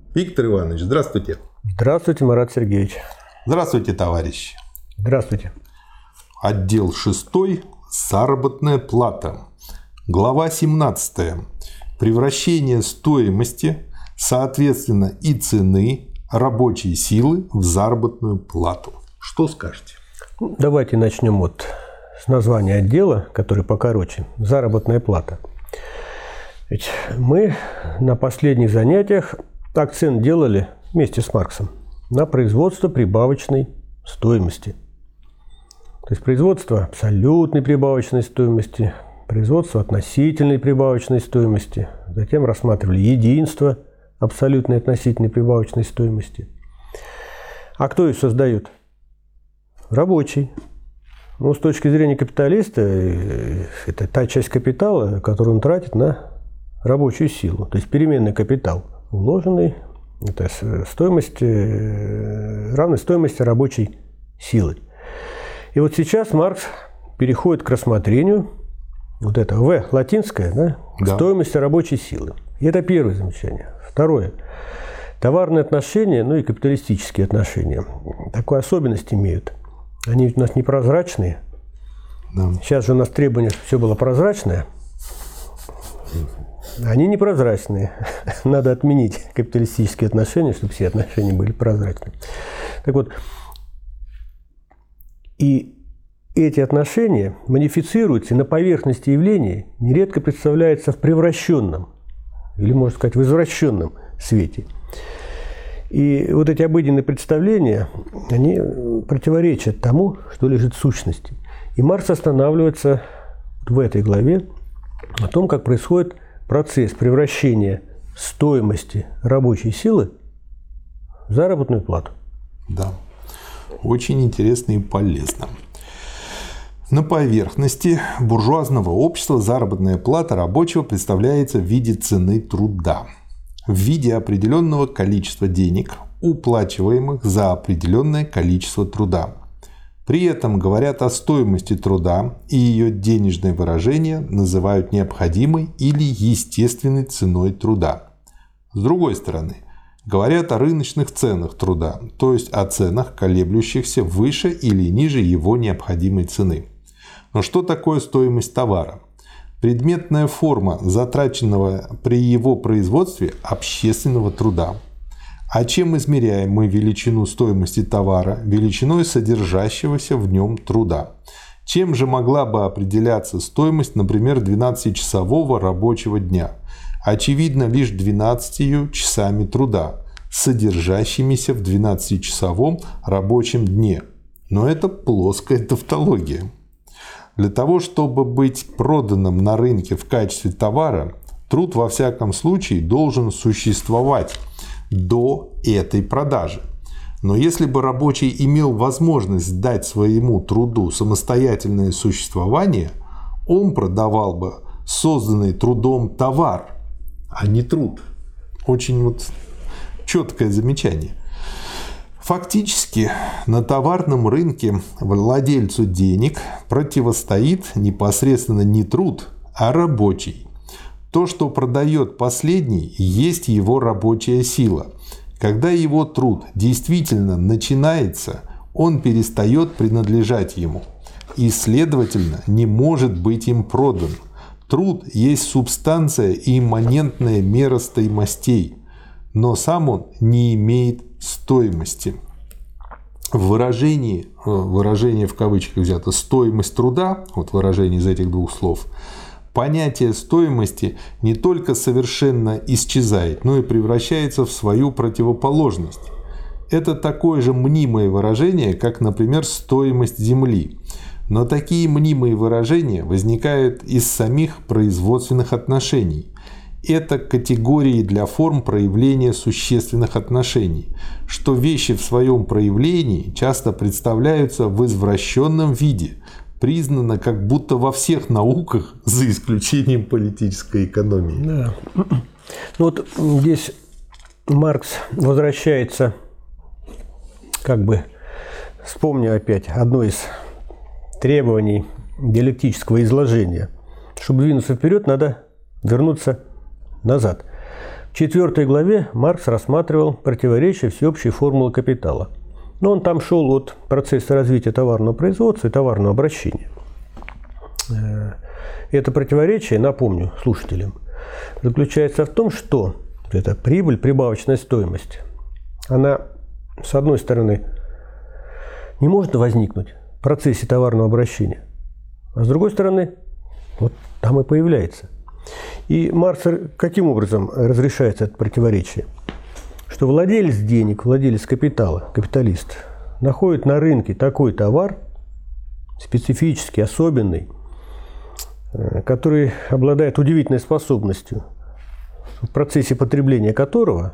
Виктор Иванович, здравствуйте. Здравствуйте, Марат Сергеевич. Здравствуйте, товарищи. Здравствуйте. Отдел 6. Заработная плата. Глава 17. Превращение стоимости, соответственно, и цены рабочей силы в заработную плату. Что скажете? Давайте начнем вот с названия отдела, который покороче. Заработная плата. Ведь мы на последних занятиях акцент делали вместе с Марксом на производство прибавочной стоимости. То есть производство абсолютной прибавочной стоимости, производство относительной прибавочной стоимости. Затем рассматривали единство абсолютной относительной прибавочной стоимости. А кто ее создает? Рабочий. Ну, с точки зрения капиталиста, это та часть капитала, которую он тратит на рабочую силу. То есть переменный капитал, вложенный, это стоимость, равной стоимости рабочей силы. И вот сейчас Маркс переходит к рассмотрению вот этого В, латинское, да? Стоимости рабочей силы. И это первое замечание. Второе. Товарные отношения, ну и капиталистические отношения такую особенность имеют. Они у нас непрозрачные. Да. Сейчас же у нас требование, чтобы все было прозрачное. Они непрозрачные. Надо отменить капиталистические отношения, чтобы все отношения были прозрачны. Так вот, и эти отношения манифицируются на поверхности явления, нередко представляются в превращенном, или, можно сказать, в извращенном свете. И вот эти обыденные представления, они противоречат тому, что лежит в сущности. И Маркс останавливается в этой главе о том, как происходит процесс превращения стоимости рабочей силы в заработную плату. Да, очень интересно и полезно. На поверхности буржуазного общества заработная плата рабочего представляется в виде цены труда, в виде определенного количества денег, уплачиваемых за определенное количество труда. При этом говорят о стоимости труда, и ее денежное выражение называют необходимой или естественной ценой труда. С другой стороны, говорят о рыночных ценах труда, то есть о ценах, колеблющихся выше или ниже его необходимой цены. Но что такое стоимость товара? Предметная форма затраченного при его производстве общественного труда. А чем измеряем мы величину стоимости товара? Величиной содержащегося в нем труда. Чем же могла бы определяться стоимость, например, 12-часового рабочего дня? Очевидно, лишь 12 часами труда, содержащимися в 12-часовом рабочем дне. Но это плоская тавтология. Для того, чтобы быть проданным на рынке в качестве товара, труд во всяком случае должен существовать до этой продажи. Но если бы рабочий имел возможность дать своему труду самостоятельное существование, он продавал бы созданный трудом товар, а не труд. Очень четкое замечание. Фактически на товарном рынке владельцу денег противостоит непосредственно не труд, а рабочий. То, что продает последний, есть его рабочая сила. Когда его труд действительно начинается, он перестает принадлежать ему и, следовательно, не может быть им продан. Труд есть субстанция и имманентная мера стоимостей, но сам он не имеет стоимости. Выражение в кавычках взято «стоимость труда», вот выражение из этих двух слов, понятие стоимости не только совершенно исчезает, но и превращается в свою противоположность. Это такое же мнимое выражение, как, например, стоимость земли. Но такие мнимые выражения возникают из самих производственных отношений. Это категории для форм проявления существенных отношений, что вещи в своем проявлении часто представляются в извращенном виде, признано как будто во всех науках, за исключением политической экономии. Да. Ну вот здесь Маркс возвращается, вспомню опять одно из требований диалектического изложения. Чтобы двинуться вперед, надо вернуться назад. В 4 главе Маркс рассматривал противоречия всеобщей формулы капитала. Но он там шел от процесса развития товарного производства и товарного обращения. Это противоречие, напомню слушателям, заключается в том, что эта прибыль, прибавочная стоимость, она, с одной стороны, не может возникнуть в процессе товарного обращения, а с другой стороны, вот там и появляется. И Маркс каким образом разрешается это противоречие? Что владелец денег, владелец капитала, капиталист, находит на рынке такой товар, специфический, особенный, который обладает удивительной способностью, в процессе потребления которого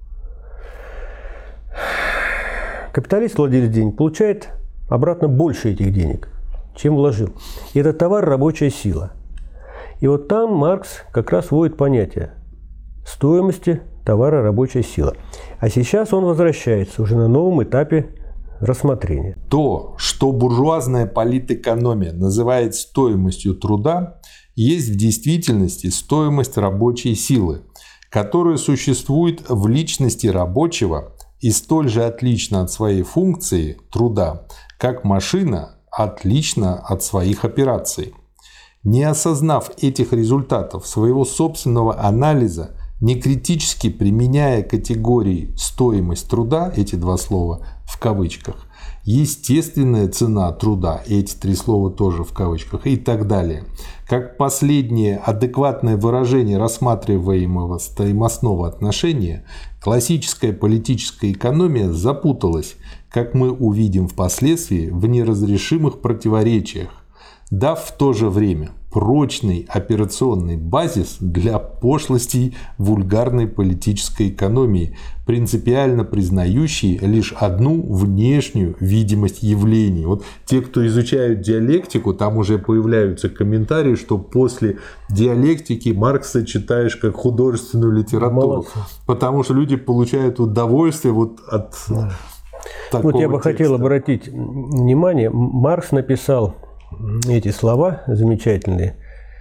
капиталист, владелец денег, получает обратно больше этих денег, чем вложил. И этот товар – рабочая сила. И вот там Маркс как раз вводит понятие стоимости товара рабочая сила. А сейчас он возвращается уже на новом этапе рассмотрения. То, что буржуазная политэкономия называет стоимостью труда, есть в действительности стоимость рабочей силы, которая существует в личности рабочего и столь же отлична от своей функции труда, как машина отлична от своих операций. Не осознав этих результатов своего собственного анализа, не критически применяя категории «стоимость труда», эти два слова в кавычках, «естественная цена труда», эти три слова тоже в кавычках, и так далее, как последнее адекватное выражение рассматриваемого стоимостного отношения, классическая политическая экономия запуталась, как мы увидим впоследствии, в неразрешимых противоречиях, дав в то же время прочный операционный базис для пошлостей вульгарной политической экономии, принципиально признающей лишь одну внешнюю видимость явлений. Вот те, кто изучают диалектику, там уже появляются комментарии, что после диалектики Маркса читаешь как художественную литературу. Молодцы. Потому что люди получают удовольствие вот от такого Вот я бы текста. хотел обратить внимание, Маркс написал эти слова замечательные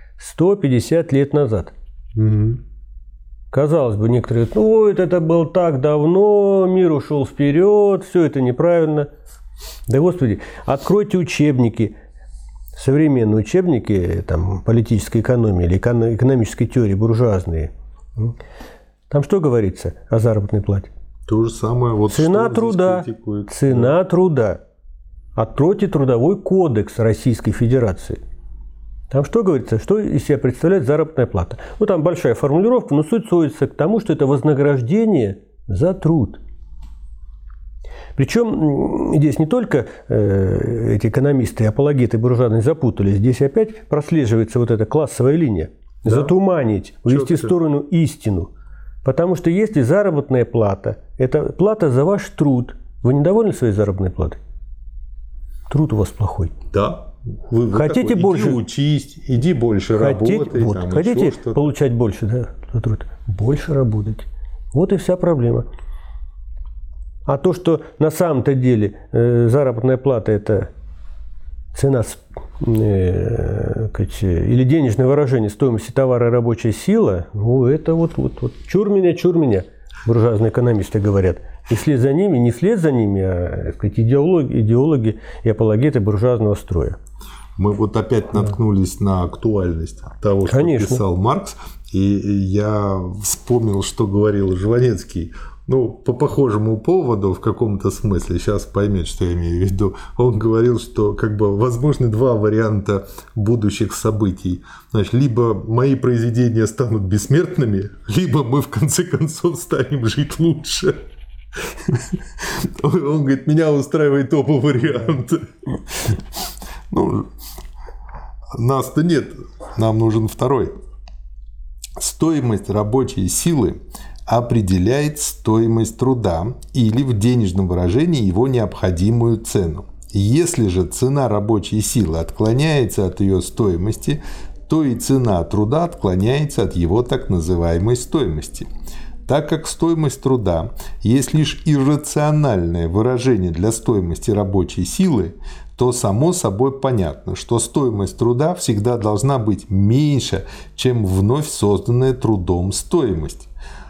150 лет назад. Угу. Казалось бы, некоторые говорят, ой, это было так давно, мир ушел вперед, все это неправильно. Да господи, откройте учебники, современные учебники там, политической экономии или экономической теории буржуазные. Там что говорится о заработной плате? То же самое. Вот Цена что труда. здесь критикуется. Цена труда. Откройте Трудовой кодекс Российской Федерации. Там что говорится, что из себя представляет заработная плата? Ну, там большая формулировка, но суть сводится к тому, что это вознаграждение за труд. Причем здесь не только эти экономисты и апологеты буржуазные запутались, здесь опять прослеживается вот эта классовая линия. Да? Затуманить, увести в сторону истину. Потому что если заработная плата – это плата за ваш труд, вы недовольны своей заработной платой? Труд у вас плохой. Да. Вы хотите такой, больше? Иди учись, иди больше работай. Вот, там, хотите получать больше, да, за труд? Больше работать. Вот и вся проблема. А то, что на самом-то деле заработная плата – это цена или денежное выражение стоимости товара и рабочая сила, ну, это вот чур меня, буржуазные экономисты говорят. И вслед за ними, не вслед за ними, а, так сказать, идеологи и апологеты буржуазного строя. Мы вот опять наткнулись на актуальность того, что писал Маркс, и я вспомнил, что говорил Жванецкий. Ну, по похожему поводу, в каком-то смысле, сейчас поймет, что я имею в виду, он говорил, что как бы возможны два варианта будущих событий. Значит, либо мои произведения станут бессмертными, либо мы в конце концов станем жить лучше. Он говорит, меня устраивает оба варианта. Ну, нас-то нет, нам нужен второй. Стоимость рабочей силы определяет стоимость труда или в денежном выражении его необходимую цену. Если же цена рабочей силы отклоняется от ее стоимости, то и цена труда отклоняется от его так называемой стоимости. Так как стоимость труда есть лишь иррациональное выражение для стоимости рабочей силы, то само собой понятно, что стоимость труда всегда должна быть меньше, чем вновь созданная трудом стоимость.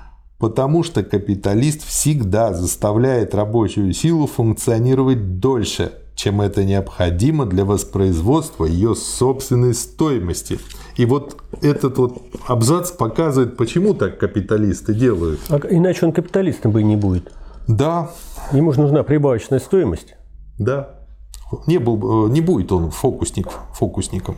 Потому что капиталист всегда заставляет рабочую силу функционировать дольше, чем это необходимо для воспроизводства ее собственной стоимости. И вот этот вот абзац показывает, почему так капиталисты делают. А иначе он капиталистом бы и не будет. Да. Ему же нужна прибавочная стоимость. Да. Не будет он фокусником.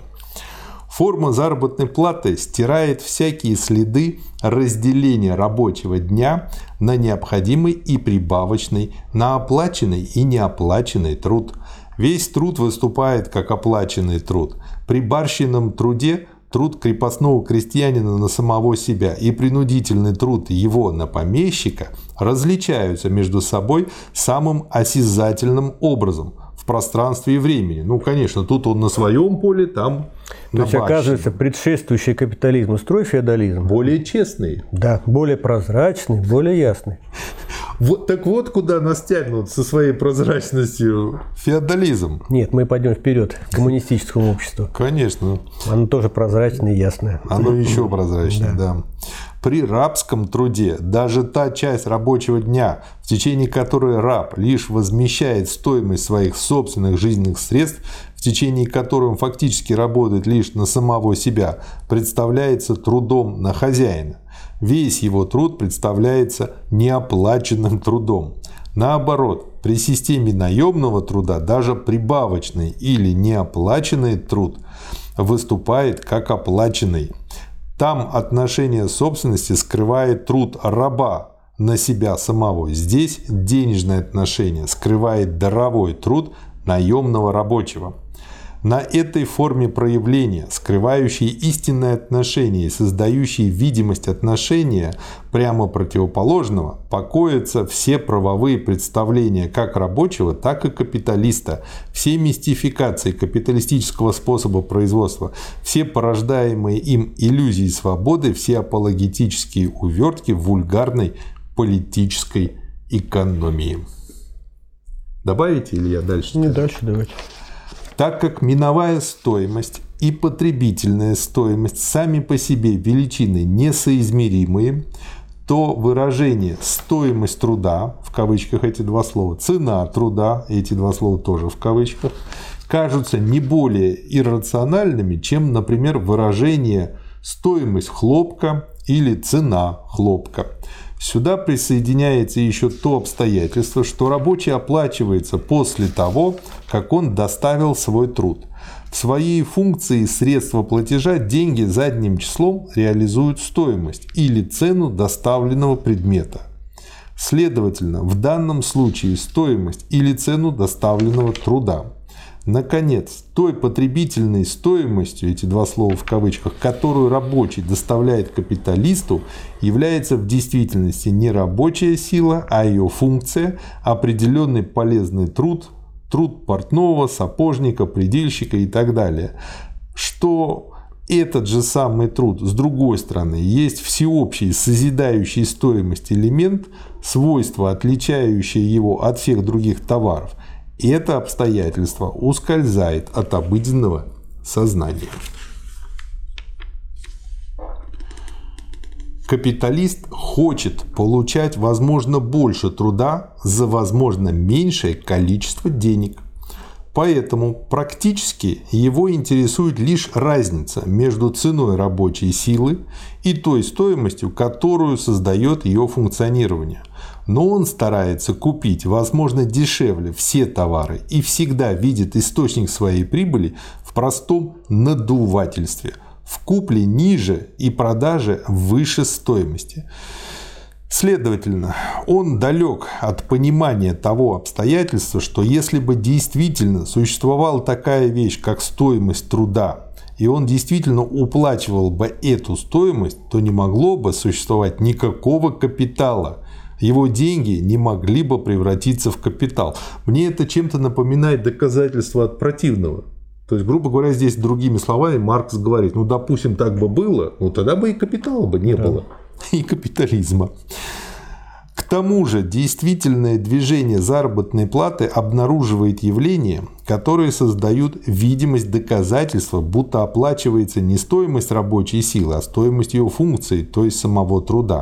Форма заработной платы стирает всякие следы разделения рабочего дня на необходимый и прибавочный, на оплаченный и неоплаченный труд. Весь труд выступает как оплаченный труд. При барщинном труде труд крепостного крестьянина на самого себя и принудительный труд его на помещика различаются между собой самым осязательным образом в пространстве и времени. Ну, конечно, тут он на своем поле, там то есть, оказывается, предшествующий капитализму строй феодализм более честный. Да, более прозрачный, более ясный. Вот так вот, куда нас тянут со своей прозрачностью феодализм. Нет, мы пойдем вперед к коммунистическому обществу. Конечно. Оно тоже прозрачное и ясное. Оно еще прозрачнее, да. При рабском труде даже та часть рабочего дня, в течение которой раб лишь возмещает стоимость своих собственных жизненных средств, в течение которой он фактически работает лишь на самого себя, представляется трудом на хозяина. Весь его труд представляется неоплаченным трудом. Наоборот, при системе наемного труда даже прибавочный или неоплаченный труд выступает как оплаченный. Там отношение собственности скрывает труд раба на себя самого. Здесь денежное отношение скрывает даровой труд наемного рабочего. На этой форме проявления, скрывающей истинное отношение и создающей видимость отношения прямо противоположного, покоятся все правовые представления как рабочего, так и капиталиста, все мистификации капиталистического способа производства, все порождаемые им иллюзии свободы, все апологетические увертки вульгарной политической экономии. Добавите или я дальше? Не дальше давайте. Так как миновая стоимость и потребительная стоимость сами по себе величины несоизмеримые, то выражение «стоимость труда», в кавычках эти два слова, «цена труда», эти два слова тоже в кавычках, кажутся не более иррациональными, чем, например, выражение «стоимость хлопка» или «цена хлопка». Сюда присоединяется еще то обстоятельство, что рабочий оплачивается после того, как он доставил свой труд. В своей функции средства платежа деньги задним числом реализуют стоимость или цену доставленного предмета. Следовательно, в данном случае стоимость или цену доставленного труда. Наконец, той потребительной стоимостью, эти два слова в кавычках, которую рабочий доставляет капиталисту, является в действительности не рабочая сила, а ее функция, определенный полезный труд, труд портного, сапожника, предельщика и так далее. Что этот же самый труд, с другой стороны, есть всеобщий созидающий стоимость элемент, свойство, отличающее его от всех других товаров. И это обстоятельство ускользает от обыденного сознания. Капиталист хочет получать, возможно, больше труда за, возможно, меньшее количество денег. Поэтому практически его интересует лишь разница между ценой рабочей силы и той стоимостью, которую создает ее функционирование. Но он старается купить, возможно, дешевле все товары и всегда видит источник своей прибыли в простом надувательстве, в купле ниже и продаже выше стоимости. Следовательно, он далек от понимания того обстоятельства, что если бы действительно существовала такая вещь, как стоимость труда, и он действительно уплачивал бы эту стоимость, то не могло бы существовать никакого капитала. Его деньги не могли бы превратиться в капитал. Мне это чем-то напоминает доказательство от противного. То есть, грубо говоря, здесь другими словами Маркс говорит, ну, допустим, так бы было, ну, тогда бы и капитала бы не было. И капитализма. К тому же действительное движение заработной платы обнаруживает явления, которые создают видимость доказательства, будто оплачивается не стоимость рабочей силы, а стоимость ее функции, то есть самого труда.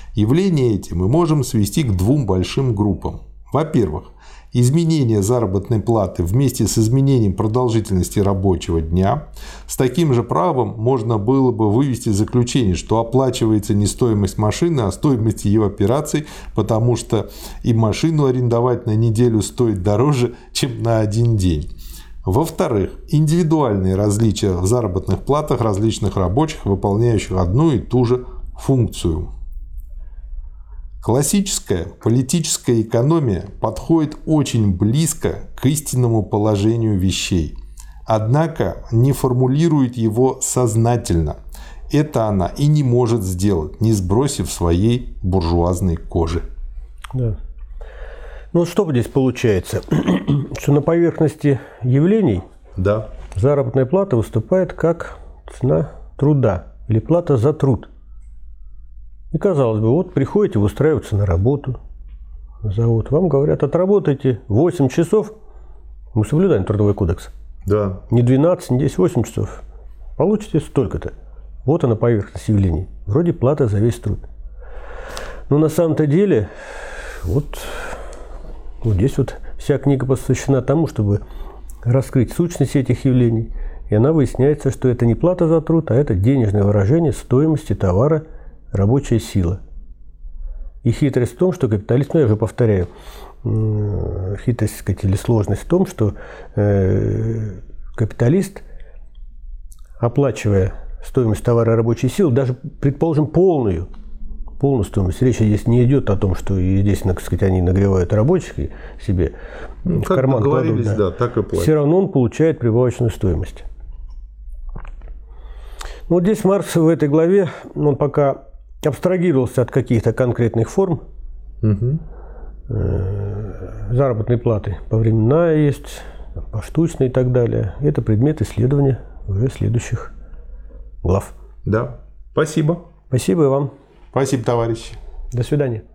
Явления эти мы можем свести к двум большим группам. Во-первых, изменение заработной платы вместе с изменением продолжительности рабочего дня. С таким же правом можно было бы вывести заключение, что оплачивается не стоимость машины, а стоимость ее операций, потому что и машину арендовать на неделю стоит дороже, чем на один день. Во-вторых, индивидуальные различия в заработных платах различных рабочих, выполняющих одну и ту же функцию. Классическая политическая экономия подходит очень близко к истинному положению вещей, однако не формулирует его сознательно. Это она и не может сделать, не сбросив своей буржуазной кожи. Да. Ну что здесь получается? Что на поверхности явлений заработная плата выступает как цена труда или плата за труд. И казалось бы, вот приходите, вы устраиваться на работу, на завод, вам говорят, отработайте 8 часов, мы соблюдаем трудовой кодекс. Да. Не 12, не 10, 8 часов. Получите столько-то. Вот она поверхность явлений. Вроде плата за весь труд. Но на самом-то деле, вот здесь вот вся книга посвящена тому, чтобы раскрыть сущность этих явлений. И она выясняется, что это не плата за труд, а это денежное выражение стоимости товара, рабочая сила. И хитрость в том, что капиталист, я уже повторяю, хитрость, сказать, или сложность в том, что капиталист, оплачивая стоимость товара и рабочей силы, даже, предположим, полную стоимость, речь здесь не идет о том, что здесь, так сказать, они нагревают рабочих себе в карман кладут, да, так и платят. Все равно он получает прибавочную стоимость. Ну, вот здесь Маркс в этой главе, он пока абстрагировался от каких-то конкретных форм заработной платы. Повременная есть, поштучная и так далее. Это предмет исследования уже следующих глав. Да. Спасибо. Спасибо и вам. Спасибо, товарищи. До свидания.